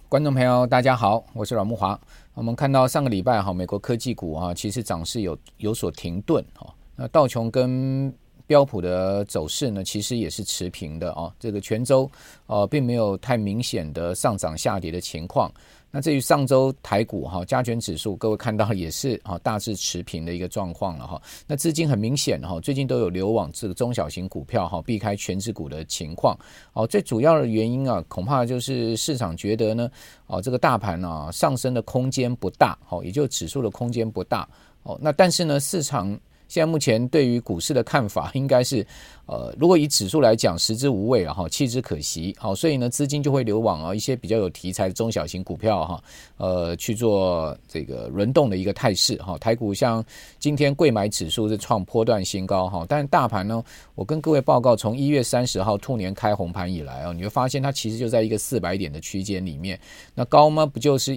观众朋友大家好，我是阮慕骅。我们看到上个礼拜美国科技股其实涨势有所停顿，那道琼跟标普的走势呢，其实也是持平的这个全周并没有太明显的上涨下跌的情况。那至于上周台股加权指数，各位看到也是大致持平的一个状况了那资金很明显最近都有流往这个中小型股票避开全指股的情况最主要的原因恐怕就是市场觉得呢这个大盘上升的空间不大也就是指数的空间不大那但是呢市场现在目前对于股市的看法应该是如果以指数来讲食之无味弃之可惜所以呢资金就会流往一些比较有题材的中小型股票去做这个轮动的一个态势台股像今天贵买指数是创波段新高但是大盘呢我跟各位报告从1月30号兔年开红盘以来你会发现它其实就在一个400点的区间里面，那高吗不就是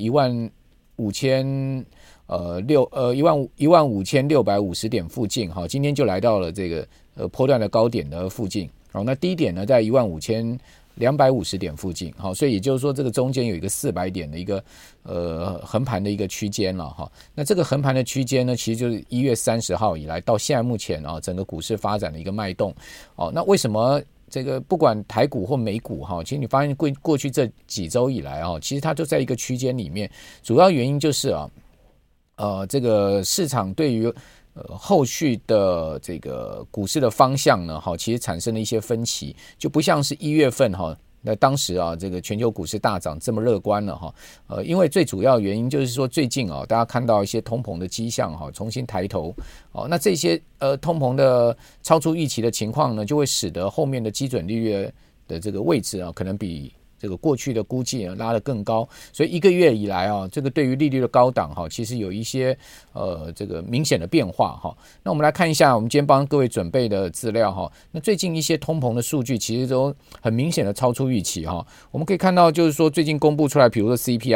15650点附近今天就来到了这个波段的高点的附近那低点呢在15250点附近所以也就是说这个中间有一个400点的一个横盘的一个区间了那这个横盘的区间呢其实就是1月30号以来到现在目前整个股市发展的一个脉动那为什么这个不管台股或美股其实你发现过去这几周以来其实它都在一个区间里面，主要原因就是这个市场对于后续的这个股市的方向呢其实产生了一些分歧，就不像是1月份那当时这个全球股市大涨这么乐观了因为最主要原因就是说最近大家看到一些通膨的迹象重新抬头那这些通膨的超出预期的情况呢，就会使得后面的基准利率的这个位置可能比这个过去的估计拉得更高，所以1个月以来这个对于利率的高档其实有一些这个明显的变化那我们来看一下我们今天帮各位准备的资料那最近一些通膨的数据其实都很明显的超出预期我们可以看到就是说最近公布出来，比如说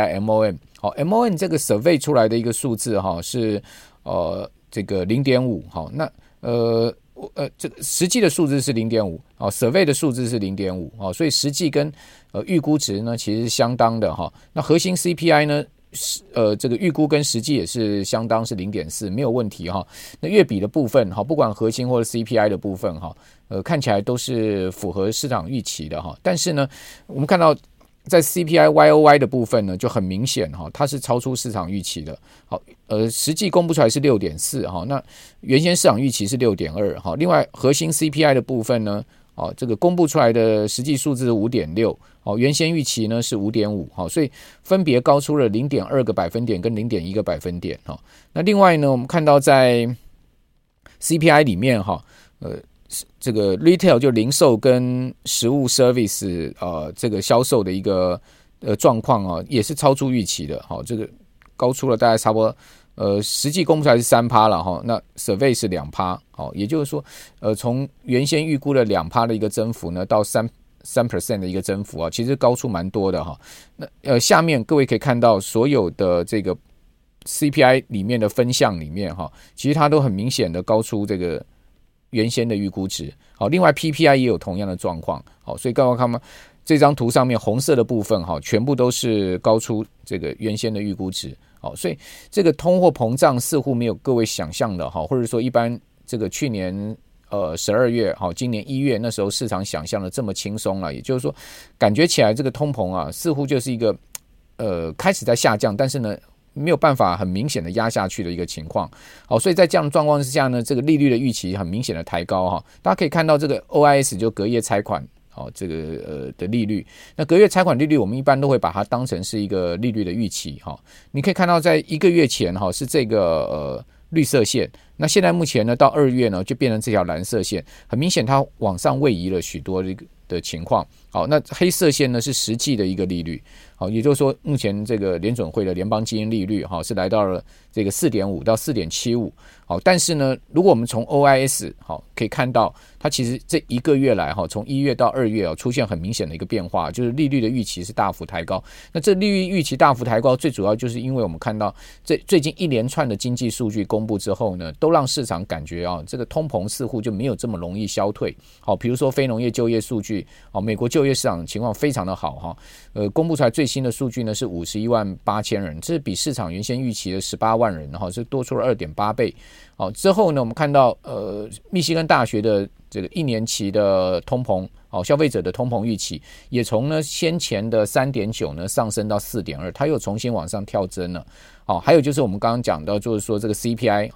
CPI、MOM 这个 survey 出来的一个数字是这个 0.5 那这个实际的数字是 0.5 survey 的数字是 0.5 所以实际跟预估值呢其实是相当的那核心 CPI 呢这个预估跟实际也是相当是 0.4 没有问题那月比的部分不管核心或者 CPI 的部分看起来都是符合市场预期的但是呢我们看到在 CPI YOY 的部分呢就很明显它是超出市场预期的实际公布出来是 6.4 那原先市场预期是 6.2 另外核心 CPI 的部分呢这个公布出来的实际数字是 5.6 原先预期呢是 5.5 所以分别高出了 0.2 个百分点跟 0.1 个百分点那另外呢我们看到在 CPI 里面这个 retail 就零售跟实物 service 这个销售的一个状况也是超出预期的这个高出了大概差不多实际公布出来是 3% 了那 survey 是 2% 也就是说从原先预估的 2% 的一个增幅呢到3% 的一个增幅其实高出蛮多的那下面各位可以看到所有的这个 CPI 里面的分项里面其实它都很明显的高出这个原先的预估值另外 PPI 也有同样的状况所以各位看嘛，这张图上面红色的部分全部都是高出这个原先的预估值所以这个通货膨胀似乎没有各位想象的或者说一般这个去年12月今年1月那时候市场想象的这么轻松了，也就是说感觉起来这个通膨似乎就是一个开始在下降，但是呢没有办法很明显的压下去的一个情况所以在这样的状况之下呢，这个利率的预期很明显的抬高大家可以看到这个 OIS 就隔夜拆款这个的利率，那隔月拆款利率我们一般都会把它当成是一个利率的预期你可以看到在1个月前是这个绿色线，那现在目前呢到2月呢就变成这条蓝色线，很明显它往上位移了许多的情况那黑色线呢是实际的一个利率也就是说目前这个联准会的联邦基金利率是来到了这个 4.5 到 4.75但是呢如果我们从 OIS 可以看到它其实这1个月来从1月到2月出现很明显的一个变化，就是利率的预期是大幅抬高。那这利率预期大幅抬高最主要就是因为我们看到最近一连串的经济数据公布之后呢，都让市场感觉这个通膨似乎就没有这么容易消退比如说非农业就业数据美国就业市场情况非常的好公布出来最最新的数据呢是51.8万人，这是比市场原先预期的18万人是多出了 2.8 倍。之后呢我们看到密西根大学的这个1年期的通膨消费者的通膨预期也从呢先前的 3.9 呢上升到 4.2， 它又重新往上跳增了。还有就是我们刚刚讲到就是说这个 CPI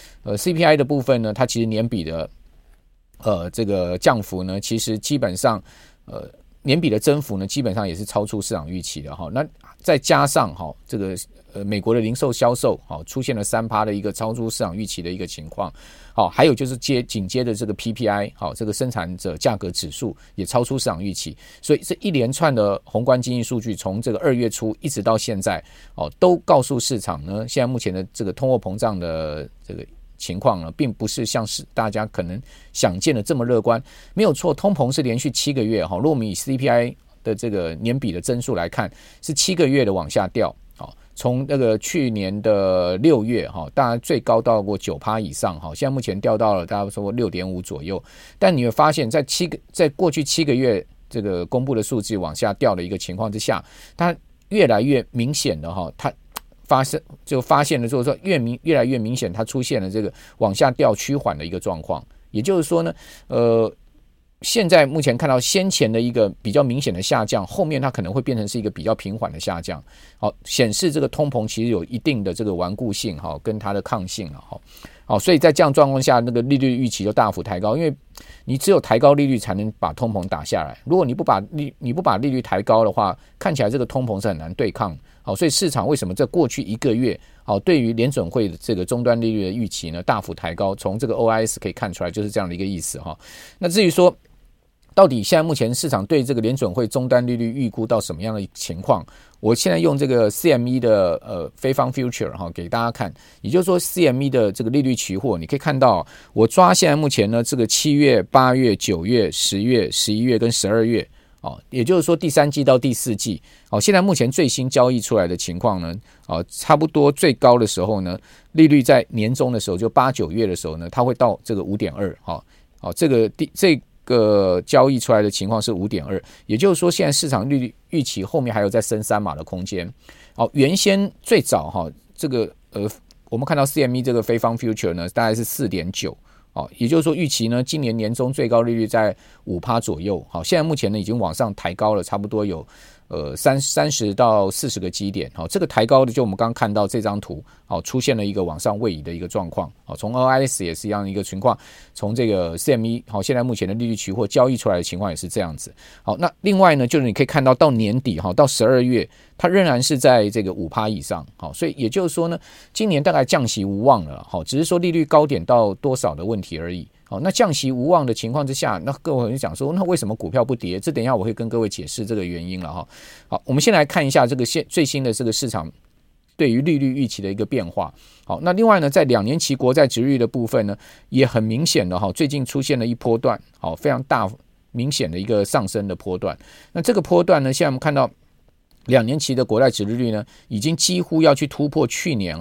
CPI 的部分呢，它其实年比的这个降幅呢，其实基本上年比的增幅呢，基本上也是超出市场预期的那再加上这个美国的零售销售出现了 3% 的一个超出市场预期的一个情况。还有就是紧接着这个 PPI 这个生产者价格指数也超出市场预期，所以这一连串的宏观经济数据从这个2月初一直到现在都告诉市场呢，现在目前的这个通货膨胀的这个情况呢，并不是像是大家可能想见的这么乐观。没有错，通膨是连续7个月如果我们以 CPI 的这个年比的增速来看，是7个月的往下掉。从那个去年的6月当然最高到过 9% 以上现在目前掉到了大概说 6.5 左右。但你会发现在过去7个月这个公布的数据往下掉的一个情况之下，它越来越明显的它发现了就是说越来越明显它出现了这个往下掉趋缓的一个状况。也就是说呢现在目前看到先前的一个比较明显的下降，后面它可能会变成是一个比较平缓的下降，显示这个通膨其实有一定的这个顽固性跟它的抗性所以在这样状况下，那个利率预期就大幅抬高，因为你只有抬高利率才能把通膨打下来。如果你不把利率抬高的话，看起来这个通膨是很难对抗。所以市场为什么在过去1个月对于联准会的这个终端利率的预期呢大幅抬高？从这个 OIS 可以看出来就是这样的一个意思那至于说到底现在目前市场对这个联准会终端利率预估到什么样的情况，我现在用这个 CME 的非方 future 给大家看。也就是说 CME 的这个利率期货，你可以看到我抓现在目前呢这个7月、8月、9月、10月、11月跟12月也就是说第3季到第4季现在目前最新交易出来的情况呢差不多最高的时候呢，利率在年中的时候就8、9月的时候呢，它会到这个 5.2 这个交易出来的情况是 5.2， 也就是说现在市场利率预期后面还有再升3码的空间原先最早这个我们看到 CME 这个非方 future 呢大概是 4.9也就是说预期呢今年年中最高利率在 5% 左右现在目前呢已经往上抬高了差不多有30到40个基点这个抬高的就我们刚刚看到这张图出现了一个往上位移的一个状况从 OIS 也是一样的一个情况，从这个 CME 现在目前的利率期货交易出来的情况也是这样子那另外呢就是你可以看到到年底到12月它仍然是在这个 5% 以上所以也就是说呢今年大概降息无望了只是说利率高点到多少的问题而已那降息无望的情况之下，那各位会讲说那为什么股票不跌？这等一下我会跟各位解释这个原因了好，我们先来看一下这个最新的这个市场对于利率预期的一个变化。好，那另外呢在2年期国债殖利率的部分呢也很明显的最近出现了一波段非常大明显的一个上升的波段。那这个波段呢现在我们看到2年期的国债殖利率呢已经几乎要去突破去年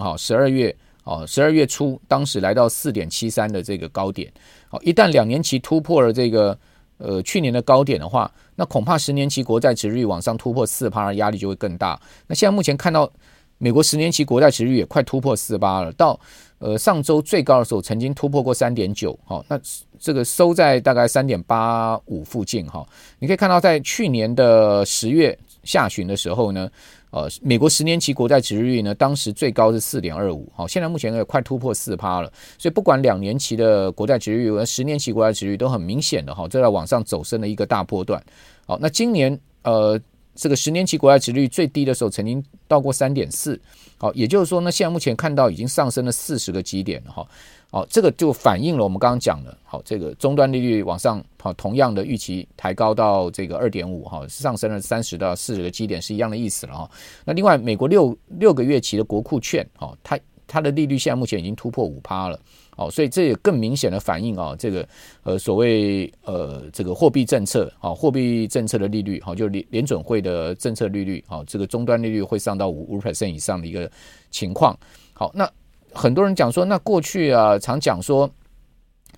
12月初当时来到 4.73 的这个高点一旦2年期突破了这个去年的高点的话，那恐怕10年期国债殖利率往上突破 4% 压力就会更大。那现在目前看到美国10年期国债殖利率也快突破 4% 了，到上周最高的时候曾经突破过 3.9 那这个收在大概 3.85 附近你可以看到在去年的10月下旬的时候呢美国10年期国债殖利率呢当时最高是 4.25 现在目前也快突破 4% 了。所以不管2年期的国债殖利率和10年期国债殖利率都很明显的这在往上走升的一个大波段那今年这个10年期国债殖利率最低的时候曾经到过 3.4 也就是说呢现在目前看到已经上升了40个基点这个就反映了我们刚刚讲的这个终端利率往上同样的预期抬高到这个 2.5 上升了30到40个基点是一样的意思了那另外美国6个月期的国库券它的利率现在目前已经突破 5% 了所以这也更明显的反映这个所谓这个货币政策的利率就联准会的政策利率这个终端利率会上到 5% 以上的一个情况。好，那很多人讲说那过去常讲说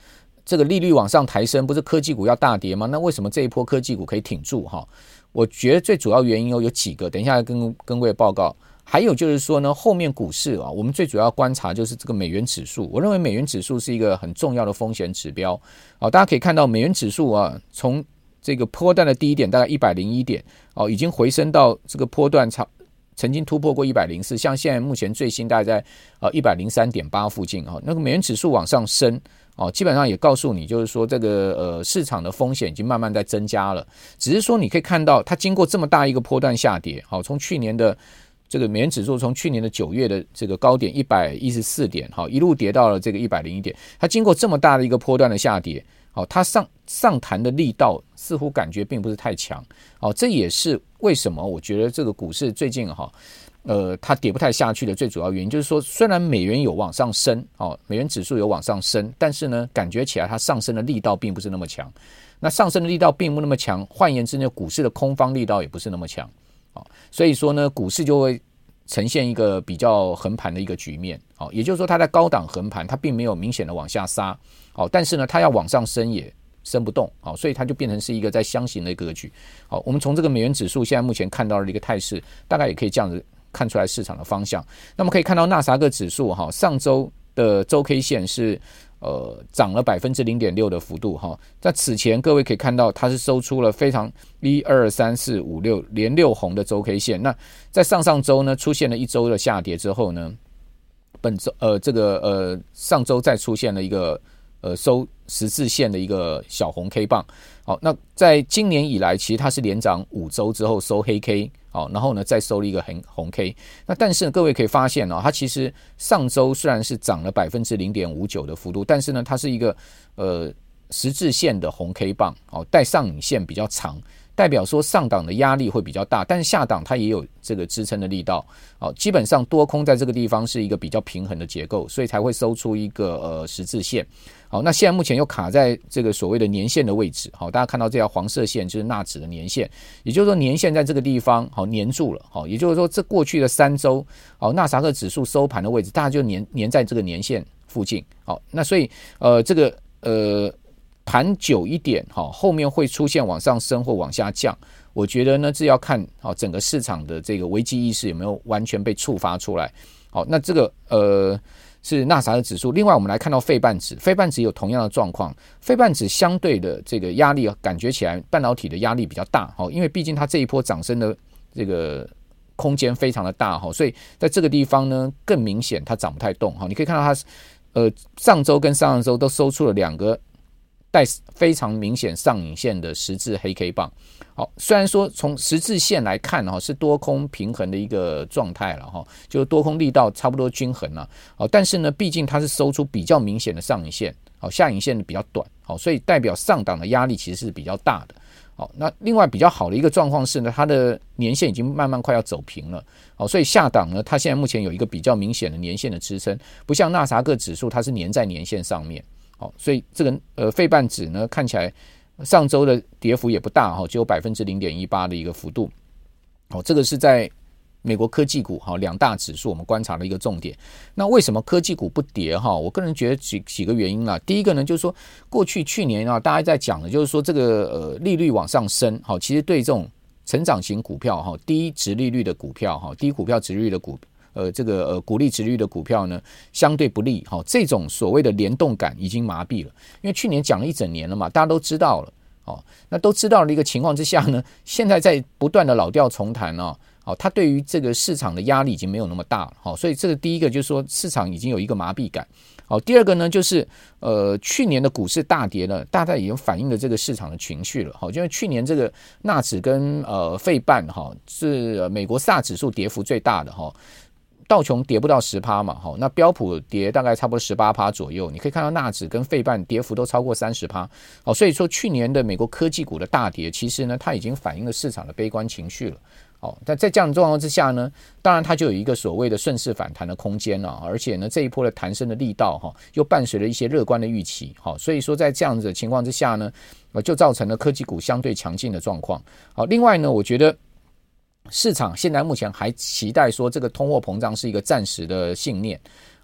这个利率往上抬升，不是科技股要大跌吗？那为什么这一波科技股可以挺住哈？我觉得最主要原因有几个，等一下跟各位报告。还有就是说呢，后面股市啊，我们最主要观察就是这个美元指数。我认为美元指数是一个很重要的风险指标。大家可以看到美元指数啊，从这个波段的低点大概101点，已经回升到这个波段曾经突破过104，像现在目前最新大概在103.8附近那个美元指数往上升基本上也告诉你，就是说这个市场的风险已经慢慢在增加了。只是说你可以看到，它经过这么大一个波段下跌，从去年的这个美元指数从去年的9月的这个高点114点，一路跌到了这个101点。它经过这么大的一个波段的下跌，它上弹的力道似乎感觉并不是太强。这也是为什么我觉得这个股市最近它跌不太下去的最主要原因，就是说虽然美元有往上升，美元指数有往上升，但是呢，感觉起来它上升的力道并不是那么强。那上升的力道并不那么强，换言之呢，股市的空方力道也不是那么强。所以说呢，股市就会呈现一个比较横盘的一个局面。也就是说它在高档横盘，它并没有明显的往下杀，但是呢，它要往上升也升不动，所以它就变成是一个在箱型的格局。我们从这个美元指数现在目前看到的一个态势，大概也可以这样子看出来市场的方向。那么可以看到纳斯达克指数上周的周 K 线是涨了 0.6% 的幅度在此前各位可以看到它是收出了非常1、2、3、4、5、6连6红的周 K 线。那在上周呢出现了一周的下跌之后呢，上周再出现了一个收十字线的一个小红 K 棒。那在今年以来其实它是连涨5周之后收黑 K，然后呢再收了一个红 K。那但是各位可以发现它其实上周虽然是涨了 0.59% 的幅度，但是呢它是一个十字线的红 K 棒，带上影线比较长，代表说上档的压力会比较大，但是下档它也有这个支撑的力道。基本上多空在这个地方是一个比较平衡的结构，所以才会收出一个十字线。那现在目前又卡在这个所谓的年线的位置。大家看到这条黄色线就是纳指的年线，也就是说年线在这个地方黏住了。也就是说这过去的3周纳斯达克指数收盘的位置大概就黏在这个年线附近。那所以这个盘久一点后面会出现往上升或往下降，我觉得呢这要看整个市场的这个危机意识有没有完全被触发出来。那这个是纳斯达克指数。另外我们来看到费半指，费半指有同样的状况，费半指相对的这个压力感觉起来半导体的压力比较大，因为毕竟它这一波涨升的这个空间非常的大，所以在这个地方呢更明显它涨不太动。你可以看到它上周跟上周都收出了2个带非常明显上影线的十字黑 K 棒。虽然说从十字线来看是多空平衡的一个状态了，就是多空力道差不多均衡了，但是呢毕竟它是收出比较明显的上影线，下影线比较短，所以代表上档的压力其实是比较大的。那另外比较好的一个状况是呢，它的年线已经慢慢快要走平了，所以下档呢它现在目前有一个比较明显的年线的支撑，不像纳斯达克指数它是粘在年线上面。所以这个费半指呢看起来上周的跌幅也不大，只有 0.18% 的一个幅度。这个是在美国科技股2大指数我们观察的一个重点。那为什么科技股不跌我个人觉得几个原因啦。第一个呢就是说去年大家在讲的就是说这个利率往上升，其实对这种成长型股票低殖利率的股票低股票殖利率的股利殖利率的股票呢相对不利。这种所谓的联动感已经麻痹了，因为去年讲了一整年了嘛，大家都知道了。那都知道的一个情况之下呢，现在在不断的老调重弹它对于这个市场的压力已经没有那么大了。所以这个第一个就是说市场已经有一个麻痹感。第二个呢就是去年的股市大跌呢，大概已经反映了这个市场的情绪了。因为去年这个纳指跟费半是美国4大指数跌幅最大的道琼跌不到 10% 嘛，那标普跌大概差不多 18% 左右，你可以看到纳指跟费半跌幅都超过 30%。所以说去年的美国科技股的大跌其实呢它已经反映了市场的悲观情绪了。但在这样的状况之下呢，当然它就有一个所谓的顺势反弹的空间而且呢这一波的弹升的力道又伴随了一些乐观的预期。所以说在这样子的情况之下呢，就造成了科技股相对强劲的状况。另外呢我觉得市场现在目前还期待说这个通货膨胀是一个暂时的信念。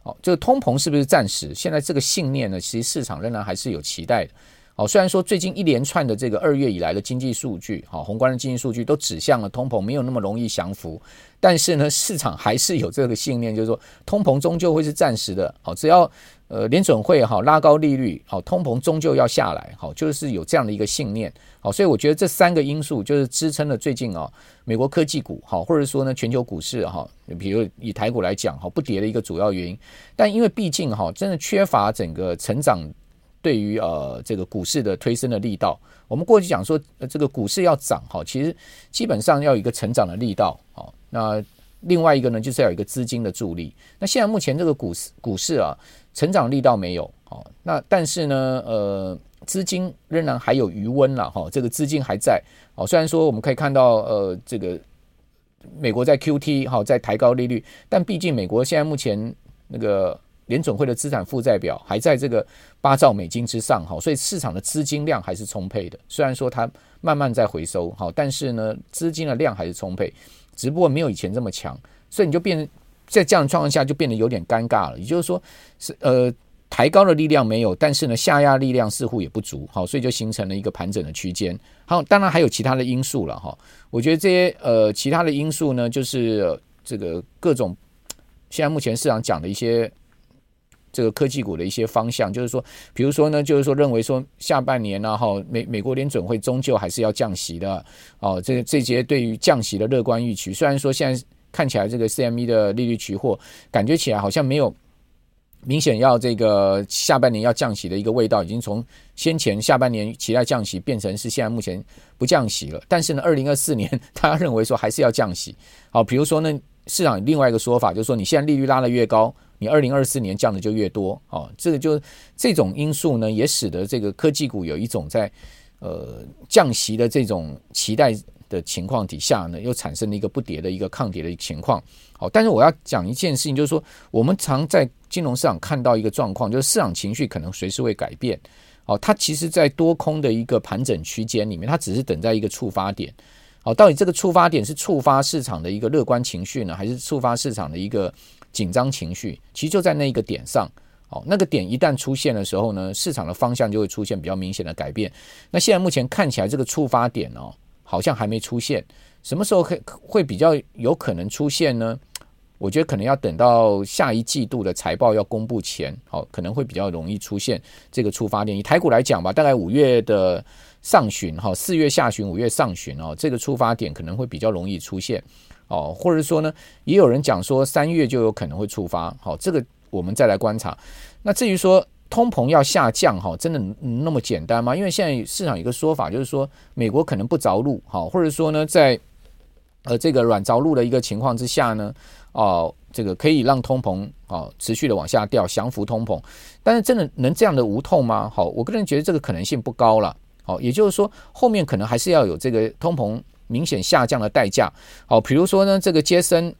这个通膨是不是暂时？现在这个信念呢，其实市场仍然还是有期待的。虽然说最近一连串的这个2月以来的经济数据，宏观的经济数据都指向了通膨没有那么容易降服，但是呢，市场还是有这个信念，就是说通膨终究会是暂时的。只要联准会拉高利率，通膨终究要下来，就是有这样的一个信念。所以我觉得这3个因素就是支撑了最近美国科技股或者说呢全球股市比如以台股来讲不跌的一个主要原因。但因为毕竟真的缺乏整个成长对于这个股市的推升的力道。我们过去讲说这个股市要涨其实基本上要有一个成长的力道。那另外一个呢就是要有一个资金的助力。那现在目前这个股市成长力道没有那但是呢资金仍然还有余温啦这个资金还在虽然说我们可以看到这个美国在 QT 在抬高利率，但毕竟美国现在目前那个联准会的资产负债表还在这个8兆美金之上所以市场的资金量还是充沛的。虽然说它慢慢在回收但是呢资金的量还是充沛，只不过没有以前这么强，所以你就变在这样的状况下就变得有点尴尬了。也就是说抬高的力量没有，但是呢下压力量似乎也不足所以就形成了一个盘整的区间。当然还有其他的因素了我觉得这些其他的因素呢就是这个各种现在目前市场讲的一些这个科技股的一些方向，就是说比如说呢就是说认为说下半年美国联准会终究还是要降息的这些对于降息的乐观预期，虽然说现在看起来这个 CME 的利率期货感觉起来好像没有明显要这个下半年要降息的一个味道，已经从先前下半年期待降息变成是现在目前不降息了。但是呢2024年大家认为说还是要降息比如说呢市场另外一个说法就是说你现在利率拉得越高，你2024年降的就越多这个就这种因素呢也使得这个科技股有一种在降息的这种期待的情况底下呢又产生了一个不跌的一个抗跌的情况。但是我要讲一件事情，就是说我们常在金融市场看到一个状况，就是市场情绪可能随时会改变它其实在多空的一个盘整区间里面，它只是等在一个触发点到底这个触发点是触发市场的一个乐观情绪呢，还是触发市场的一个紧张情绪，其实就在那一个点上那个点一旦出现的时候呢，市场的方向就会出现比较明显的改变。那现在目前看起来这个触发点好像还没出现，什么时候会比较有可能出现呢？我觉得可能要等到下一季度的财报要公布前可能会比较容易出现这个触发点。以台股来讲吧，大概5月的上旬4月下旬5月上旬这个触发点可能会比较容易出现或者说呢也有人讲说3月就有可能会触发这个我们再来观察。那至于说通膨要下降真的那么简单吗？因为现在市场有一个说法，就是说美国可能不着陆或者说呢在这个软着陆的一个情况之下呢这个可以让通膨持续的往下掉，降服通膨。但是真的能这样的无痛吗？我个人觉得这个可能性不高了也就是说后面可能还是要有这个通膨明显下降的代价比如说呢这个Jason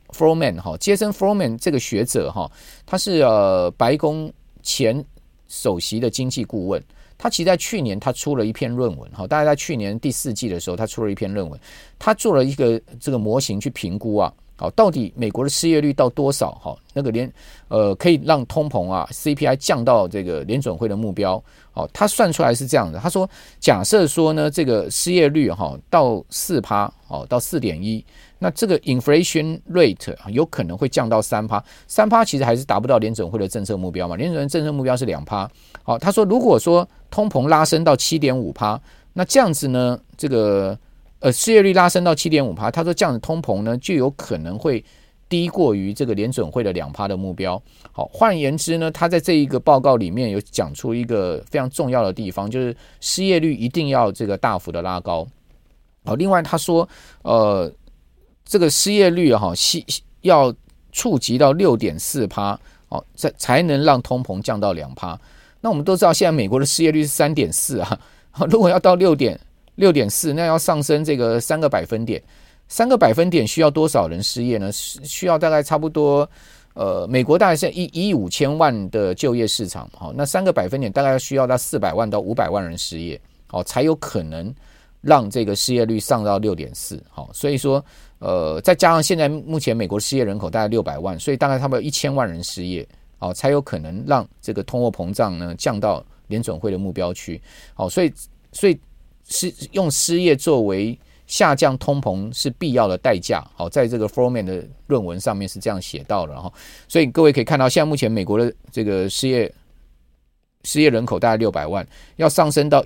Furman 这个学者他是白宫前首席的经济顾问，他其实在去年他出了一篇论文大概在去年第4季的时候他出了一篇论文，他做了一个这个模型去评估到底美国的失业率到多少那个可以让通膨CPI 降到这个联准会的目标他算出来是这样的，他说假设说呢这个失业率到 4% 到 4.1%， 那这个 inflation rate 有可能会降到 3%， 其实还是达不到联准会的政策目标嘛，联准会政策目标是 2%。 他说如果说通膨拉升到 7.5%， 那这样子呢这个失业率拉升到 7.5%， 他说这样的通膨呢就有可能会低过于这个联准会的 2% 的目标。换言之呢，他在这一个报告里面有讲出一个非常重要的地方，就是失业率一定要这个大幅的拉高。另外他说这个失业率要触及到 6.4%才能让通膨降到 2%。 那我们都知道现在美国的失业率是 3.4%如果要到 6.4%， 那要上升这个3个百分点，3个百分点需要多少人失业呢？需要大概差不多美国大概是1亿5千万的就业市场那3个百分点大概需要到400万到500万人失业才有可能让这个失业率上到 6.4%。 所以说再加上现在目前美国失业人口大概600万，所以大概差不多1000万人失业才有可能让这个通货膨胀呢降到联准会的目标区。所以用失业作为下降通膨是必要的代价。在这个 Froman 的论文上面是这样写到的。所以各位可以看到，现在目前美国的这个失业人口大概600万，要上升到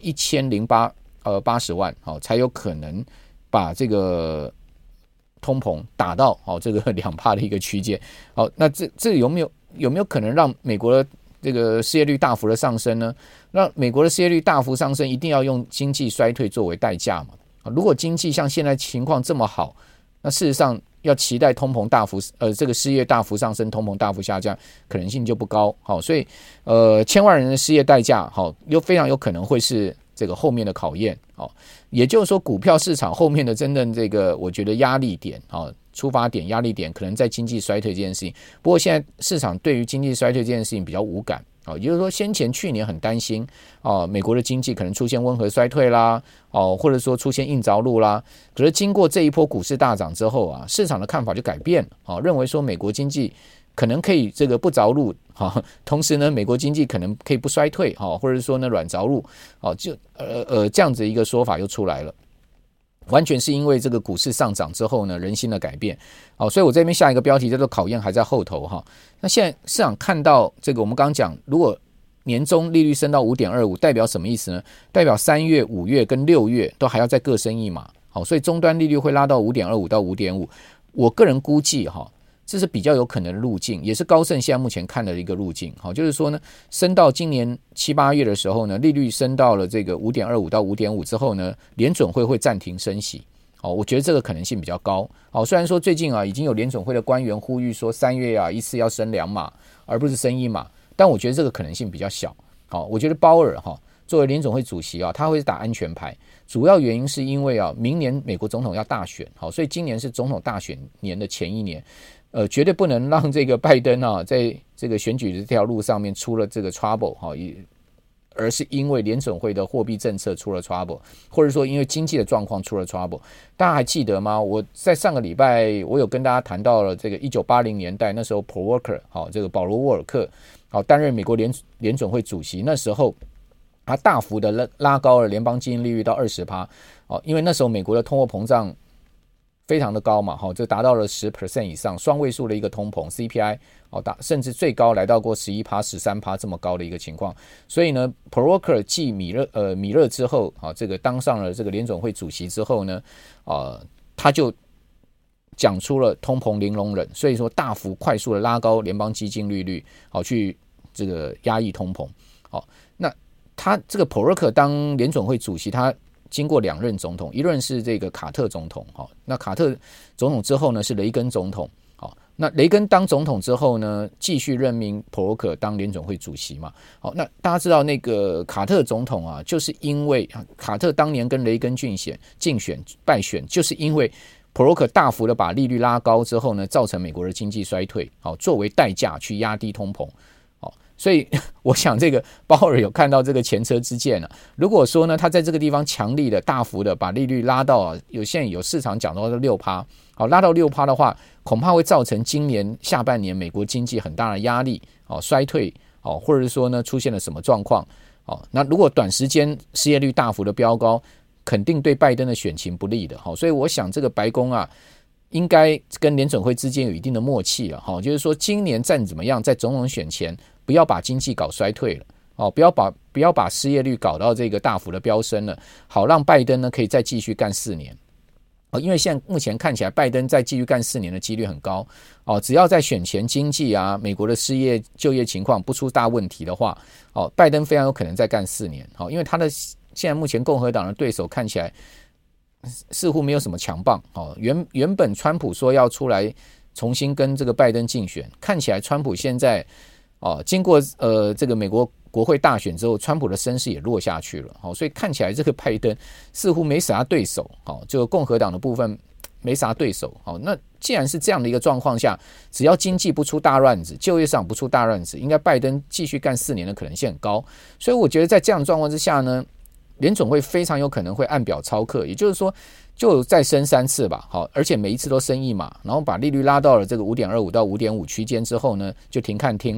1080万，才有可能把这个通膨打到这个2%的一个区间。那这有没有可能让美国的这个失业率大幅的上升呢？那美国的失业率大幅上升，一定要用经济衰退作为代价嘛？如果经济像现在情况这么好，那事实上要期待通膨大幅这个失业大幅上升，通膨大幅下降，可能性就不高。所以千万人的失业代价又非常有可能会是这个后面的考验。也就是说，股票市场后面的真正这个我觉得压力点出发点压力点可能在经济衰退这件事情。不过现在市场对于经济衰退这件事情比较无感。也就是说，去年很担心美国的经济可能出现温和衰退啦，或者说出现硬着陆啦。可是经过这一波股市大涨之后市场的看法就改变了，认为说美国经济可能可以这个不着陆，同时呢，美国经济可能可以不衰退，或者说呢软着陆，这样子一个说法又出来了。完全是因为这个股市上涨之后呢，人心的改变。所以我这边下一个标题叫做考验还在后头。那现在市场看到这个，我们刚刚讲，如果年中利率升到 5.25 代表什么意思呢？代表3月、5月跟6月都还要再各升一码。所以终端利率会拉到 5.25 到 5.5。我个人估计这是比较有可能的路径，也是高盛现在目前看的一个路径。就是说呢，升到今年7、8月的时候呢，利率升到了这个 5.25 到 5.5 之后呢，联准会暂停升息。我觉得这个可能性比较高。虽然说最近已经有联准会的官员呼吁说3月一次要升2码，而不是升1码，但我觉得这个可能性比较小。我觉得鲍尔作为联准会主席他会打安全牌，主要原因是因为明年美国总统要大选，所以今年是总统大选年的前一年。绝对不能让这个拜登在这个选举的这条路上面出了这个 trouble， 而是因为联准会的货币政策出了 trouble， 或者说因为经济的状况出了 trouble。大家还记得吗？我在上个礼拜我有跟大家谈到了这个1980年代，那时候 Paul Volcker 这个保罗沃尔克担任美国联准会主席，那时候他大幅的拉高了联邦基金利率到 20%， 因为那时候美国的通货膨胀非常的高嘛，这达到了 10% 以上，双位数的一个通膨 CPI， 甚至最高来到过 11%、13% 这么高的一个情况。所以呢 Paul Volcker 继米勒之后，这个当上了这个联准会主席之后呢，他就讲出了通膨零容忍，所以说大幅快速的拉高联邦基金利率，去这个压抑通膨。那他这个 Paul Volcker 当联准会主席，他经过2任总统，一任是这个卡特总统，那卡特总统之后呢是雷根总统，那雷根当总统之后呢，继续任命普洛克当联准会主席嘛。那大家知道那个卡特总统就是因为卡特当年跟雷根竞选败选，就是因为普洛克大幅的把利率拉高之后呢，造成美国的经济衰退，作为代价去压低通膨。所以我想这个鲍尔有看到这个前车之鉴了。如果说呢，他在这个地方强力的大幅的把利率拉到现在有市场讲到 6%， 拉到 6% 的话，恐怕会造成今年下半年美国经济很大的压力，衰退，或者是说呢出现了什么状况。那如果短时间失业率大幅的飙高，肯定对拜登的选情不利的。所以我想这个白宫应该跟联准会之间有一定的默契了，就是说今年再怎么样，在总统选前不要把经济搞衰退了，不要把失业率搞到这个大幅的飙升了，好让拜登呢可以再继续干4年。因为现在目前看起来拜登再继续干4年的几率很高，只要在选前经济美国的失业就业情况不出大问题的话，拜登非常有可能再干4年，因为他的现在目前共和党的对手看起来似乎没有什么强棒，原本川普说要出来重新跟这个拜登竞选，看起来川普现在经过这个美国国会大选之后，川普的声势也落下去了，所以看起来这个拜登似乎没啥对手，就共和党的部分没啥对手。那既然是这样的一个状况下，只要经济不出大乱子，就业上不出大乱子，应该拜登继续干4年的可能性很高。所以我觉得在这样的状况之下呢，联准会非常有可能会按表操课，也就是说就再升3次吧，而且每一次都升1码，然后把利率拉到了这个 5.25 到 5.5 区间之后呢，就停看听了。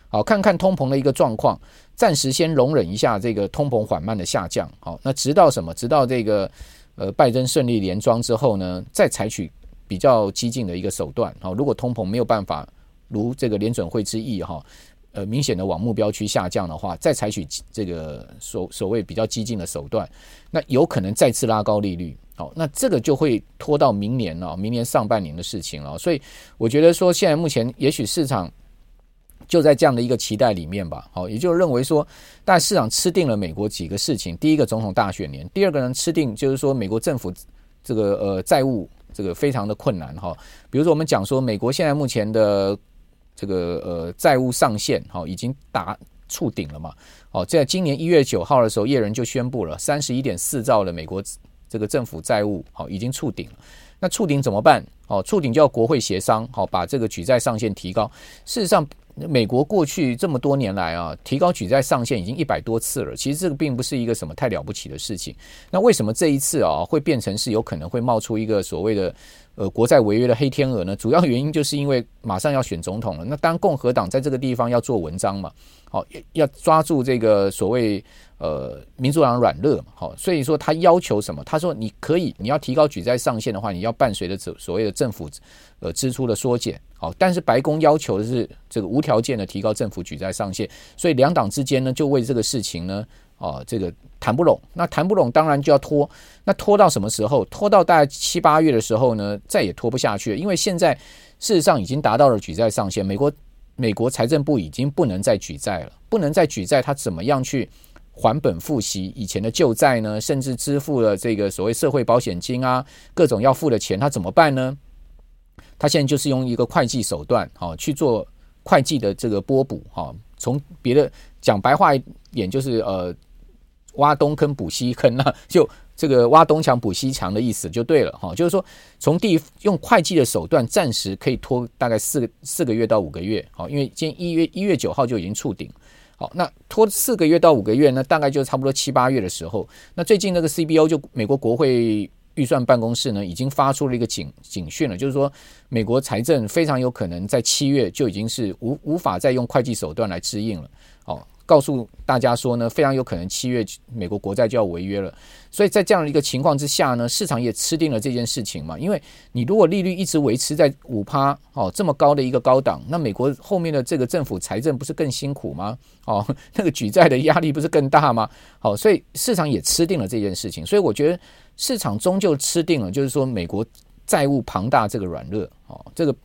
好，看看通膨的一个状况，暂时先容忍一下这个通膨缓慢的下降。好，那直到什么？直到这个拜登顺利连庄之后呢，再采取比较激进的一个手段。好，如果通膨没有办法如这个联准会之意明显的往目标区下降的话，再采取这个所谓比较激进的手段，那有可能再次拉高利率。好，那这个就会拖到明年上半年的事情了。所以我觉得说，现在目前也许市场就在这样的一个期待里面吧。好，也就是认为说，大概市场吃定了美国几个事情：第一个，总统大选年；第二个呢，吃定就是说美国政府这个债务这个非常的困难哈。比如说我们讲说，美国现在目前的这个债务上限已经触顶了嘛。在今年1月9号的时候，叶伦就宣布了31.4兆的美国这个政府债务已经触顶了。那触顶怎么办？触顶就要国会协商，把这个举债上限提高。事实上，美国过去这么多年来提高举债上限已经100多次了。其实这个并不是一个什么太了不起的事情。那为什么这一次会变成是有可能会冒出一个所谓的国债违约的黑天鹅呢？主要原因就是因为马上要选总统了。那当然共和党在这个地方要做文章嘛，要抓住这个所谓民主党软肋嘛，所以说他要求什么？他说你要提高举债上限的话，你要伴随着所谓的政府支出的缩减。但是白宫要求的是这个无条件的提高政府举债上限，所以两党之间呢就为这个事情呢这个谈不拢。那谈不拢当然就要拖，那拖到什么时候？拖到大概7、8月的时候呢，再也拖不下去了。因为现在事实上已经达到了举债上限，美国财政部已经不能再举债了，不能再举债，他怎么样去还本付息以前的旧债呢？甚至支付了这个所谓社会保险金各种要付的钱，他怎么办呢？他现在就是用一个会计手段去做会计的这个拨补从别的讲白话一点就是挖东坑补西坑，那就这个挖东墙补西墙的意思就对了就是说从用会计的手段暂时可以拖大概4个月到5个月因为今天1月9号就已经触顶。好，那拖4个月到5个月呢，大概就差不多7、8月的时候。那最近那个 CBO 就美国国会预算办公室呢，已经发出了一个警讯了，就是说美国财政非常有可能在7月就已经是无法再用会计手段来支应了。告诉大家说呢，非常有可能7月美国国债就要违约了。所以在这样的一个情况之下呢，市场也吃定了这件事情嘛。因为你如果利率一直维持在5%这么高的一个高档，那美国后面的这个政府财政不是更辛苦吗？那个举债的压力不是更大吗？所以市场也吃定了这件事情。所以我觉得市场终究吃定了，就是说美国债务庞大这个软肋。这个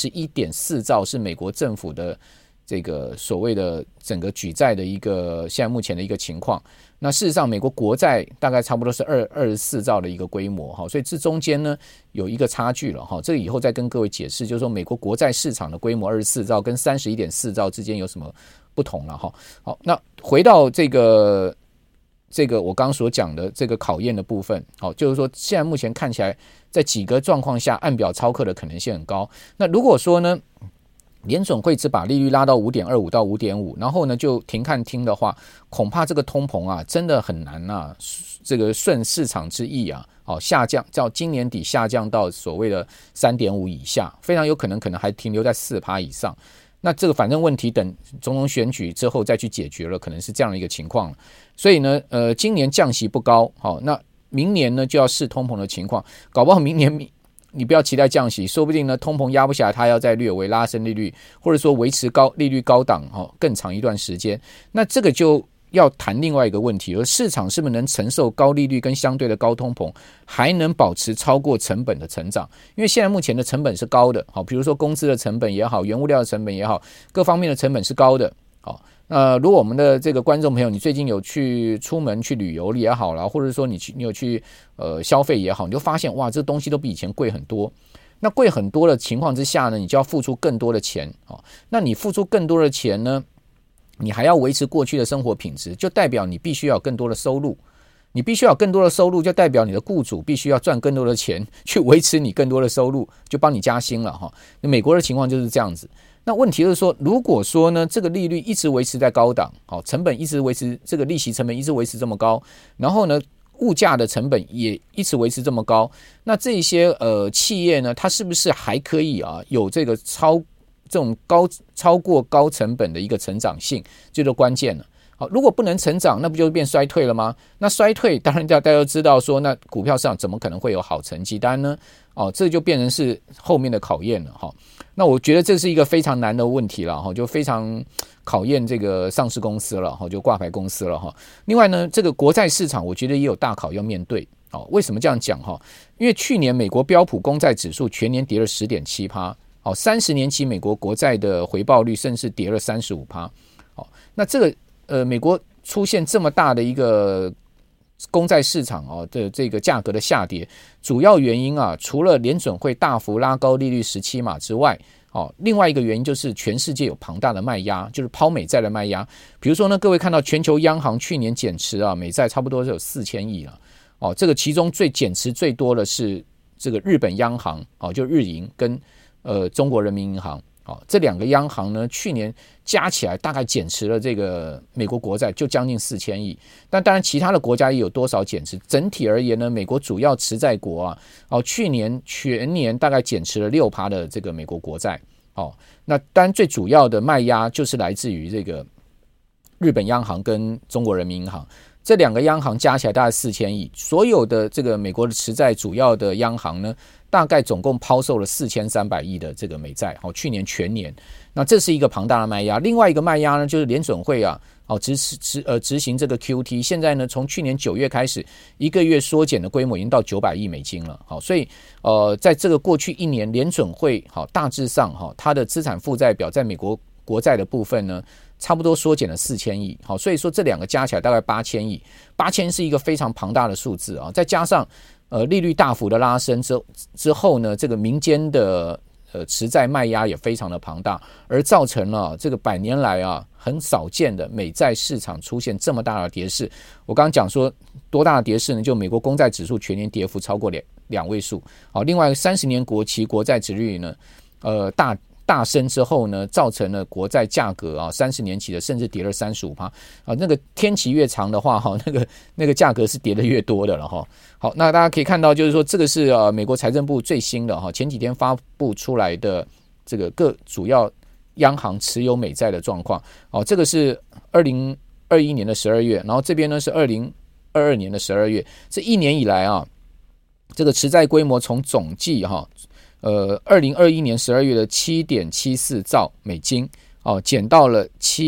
31.4兆是美国政府的这个所谓的整个举债的一个现在目前的一个情况。那事实上美国国债大概差不多是24兆的一个规模，所以这中间呢有一个差距了。这个以后再跟各位解释，就是说美国国债市场的规模24兆跟31.4兆之间有什么不同了。好，那回到这个我刚刚所讲的这个考验的部分，就是说现在目前看起来在几个状况下按表操课的可能性很高。那如果说呢联准会只把利率拉到 5.25 到 5.5， 然后呢就停看听的话，恐怕这个通膨真的很难这个顺市场之意下降，到今年底下降到所谓的 3.5 以下，非常有可能还停留在 4% 以上。那这个反正问题等总统选举之后再去解决了，可能是这样的一个情况。所以呢今年降息不高，那明年呢就要视通膨的情况，搞不好明年你不要期待降息，说不定呢通膨压不下来，它要再略微拉升利率，或者说维持利率高档更长一段时间。那这个就要谈另外一个问题，而市场是不是能承受高利率跟相对的高通膨，还能保持超过成本的成长？因为现在目前的成本是高的，比如说工资的成本也好，原物料的成本也好，各方面的成本是高的。如果我们的这个观众朋友，你最近有出门去旅游也好啦，或者说你有去消费也好，你就发现哇，这东西都比以前贵很多。那贵很多的情况之下呢，你就要付出更多的钱。那你付出更多的钱呢，你还要维持过去的生活品质，就代表你必须要有更多的收入。你必须要有更多的收入，就代表你的雇主必须要赚更多的钱去维持你更多的收入，就帮你加薪了。美国的情况就是这样子。那问题就是说，如果说呢这个利率一直维持在高档，成本一直维持，这个利息成本一直维持这么高，然后呢物价的成本也一直维持这么高，那这些企业呢，它是不是还可以有这这种超过高成本的一个成长性，这就关键了。好，如果不能成长，那不就变衰退了吗？那衰退当然大家都知道说，那股票市场怎么可能会有好成绩单呢？这就变成是后面的考验了哈。那我觉得这是一个非常难的问题了哈，就非常考验这个上市公司了哈，就挂牌公司了哈。另外呢，这个国债市场我觉得也有大考要面对。为什么这样讲哈？因为去年美国标普公债指数全年跌了 10.7%， 30年期美国国债的回报率甚至跌了 35%。那这个美国出现这么大的一个公债市场的这个价格的下跌，主要原因除了联准会大幅拉高利率17码之外，另外一个原因就是全世界有庞大的卖压，就是抛美债的卖压。比如说呢，各位看到全球央行去年减持美债差不多是有4000亿了。这个其中减持最多的是这个日本央行，就日银跟中国人民银行。这两个央行呢，去年加起来大概减持了这个美国国债就将近4000亿，但当然其他的国家也有多少减持。整体而言呢，美国主要持债国去年全年大概减持了 6% 的这个美国国债。那当然最主要的卖压就是来自于这个日本央行跟中国人民银行。这两个央行加起来大概4000亿，所有的这个美国的持债主要的央行呢，大概总共抛售了4300亿的这个美债，去年全年。那这是一个庞大的卖压。另外一个卖压呢，就是联准会执行这个 QT， 现在呢从去年9月开始，一个月缩减的规模已经到900亿美金了。所以在这个过去一年，联准会大致上它的资产负债表在美国国债的部分呢，差不多缩减了4000亿。所以说这两个加起来大概8000亿，8000是一个非常庞大的数字再加上利率大幅的拉升之后呢，这个民间的持债卖压也非常的庞大，而造成了这个100年来很少见的美债市场出现这么大的跌势。我刚刚讲说多大的跌势呢？就美国公债指数全年跌幅超过两位数。另外30年国期国债殖利率呢大升之后呢，造成了国债价格30年期的甚至跌了 35%。那个天期越长的话那个价格是跌得越多的了好，那大家可以看到，就是说这个是美国财政部最新的前几天发布出来的这个各主要央行持有美债的状况。这个是2021年的12月，然后这边呢是2022年的12月。这一年以来这个持债规模从总计2021年12月的 7.74 兆美金减到了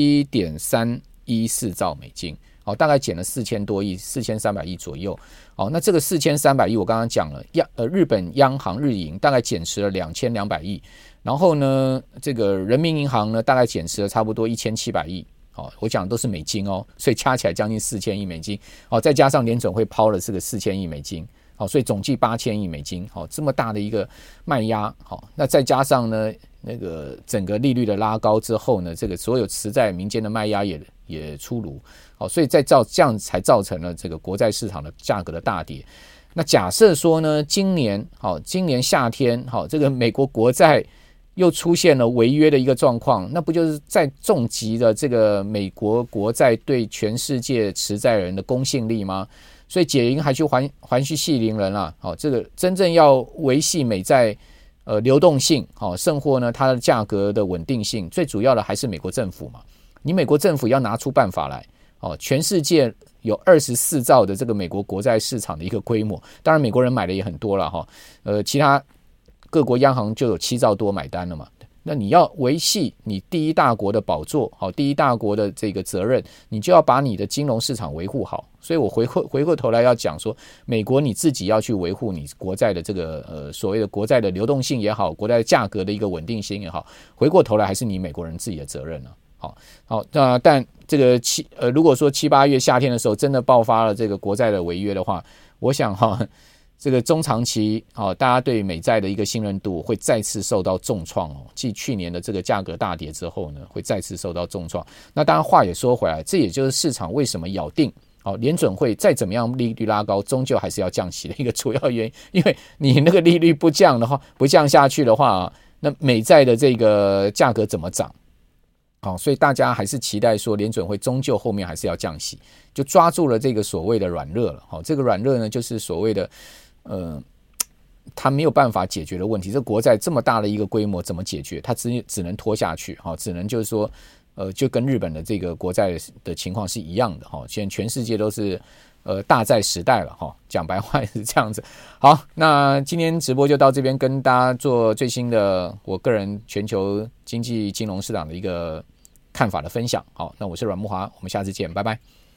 7.314 兆美金，大概减了4000多亿，4300亿左右。那这个4300亿我刚刚讲了，日本央行日银大概减持了2200亿，然后呢这个人民银行呢大概减持了差不多1700亿。我讲的都是美金所以加起来将近4000亿美金。再加上联准会抛了这个4000亿美金。所以总计8000亿美金。这么大的一个卖压。那再加上呢那个整个利率的拉高之后呢，这个所有持债民间的卖压也出炉。所以这样才造成了这个国债市场的价格的大跌。那假设说呢，今年夏天这个美国国债又出现了违约的一个状况，那不就是在重击了这个美国国债对全世界持债人的公信力吗？所以解铃还须还须系铃人啦。这个真正要维系美债流动性甚或呢它的价格的稳定性，最主要的还是美国政府嘛。你美国政府要拿出办法来。全世界有24兆的这个美国国债市场的一个规模，当然美国人买的也很多了其他各国央行就有7兆多买单了嘛。那你要维系你第一大国的宝座，第一大国的这个责任，你就要把你的金融市场维护好。所以我回过头来要讲说，美国你自己要去维护你国债的这个所谓的国债的流动性也好，国债价格的一个稳定性也好，回过头来还是你美国人自己的责任了。那但这个如果说7、8月夏天的时候真的爆发了这个国债的违约的话，我想这个中长期大家对美债的一个信任度会再次受到重创继去年的这个价格大跌之后呢，会再次受到重创。那当然话也说回来，这也就是市场为什么咬定联准会再怎么样利率拉高，终究还是要降息的一个主要原因。因为你那个利率不降下去的话那美债的这个价格怎么涨？所以大家还是期待说联准会终究后面还是要降息，就抓住了这个所谓的软热了。这个软热呢，就是所谓的它没有办法解决的问题。这国债这么大的一个规模怎么解决？它只能拖下去，只能就是说，就跟日本的这个国债的情况是一样的，现在全世界都是大债时代了，讲白话也是这样子。好，那今天直播就到这边，跟大家做最新的我个人全球经济金融市场的一个看法的分享。好，那我是阮慕骅，我们下次见，拜拜。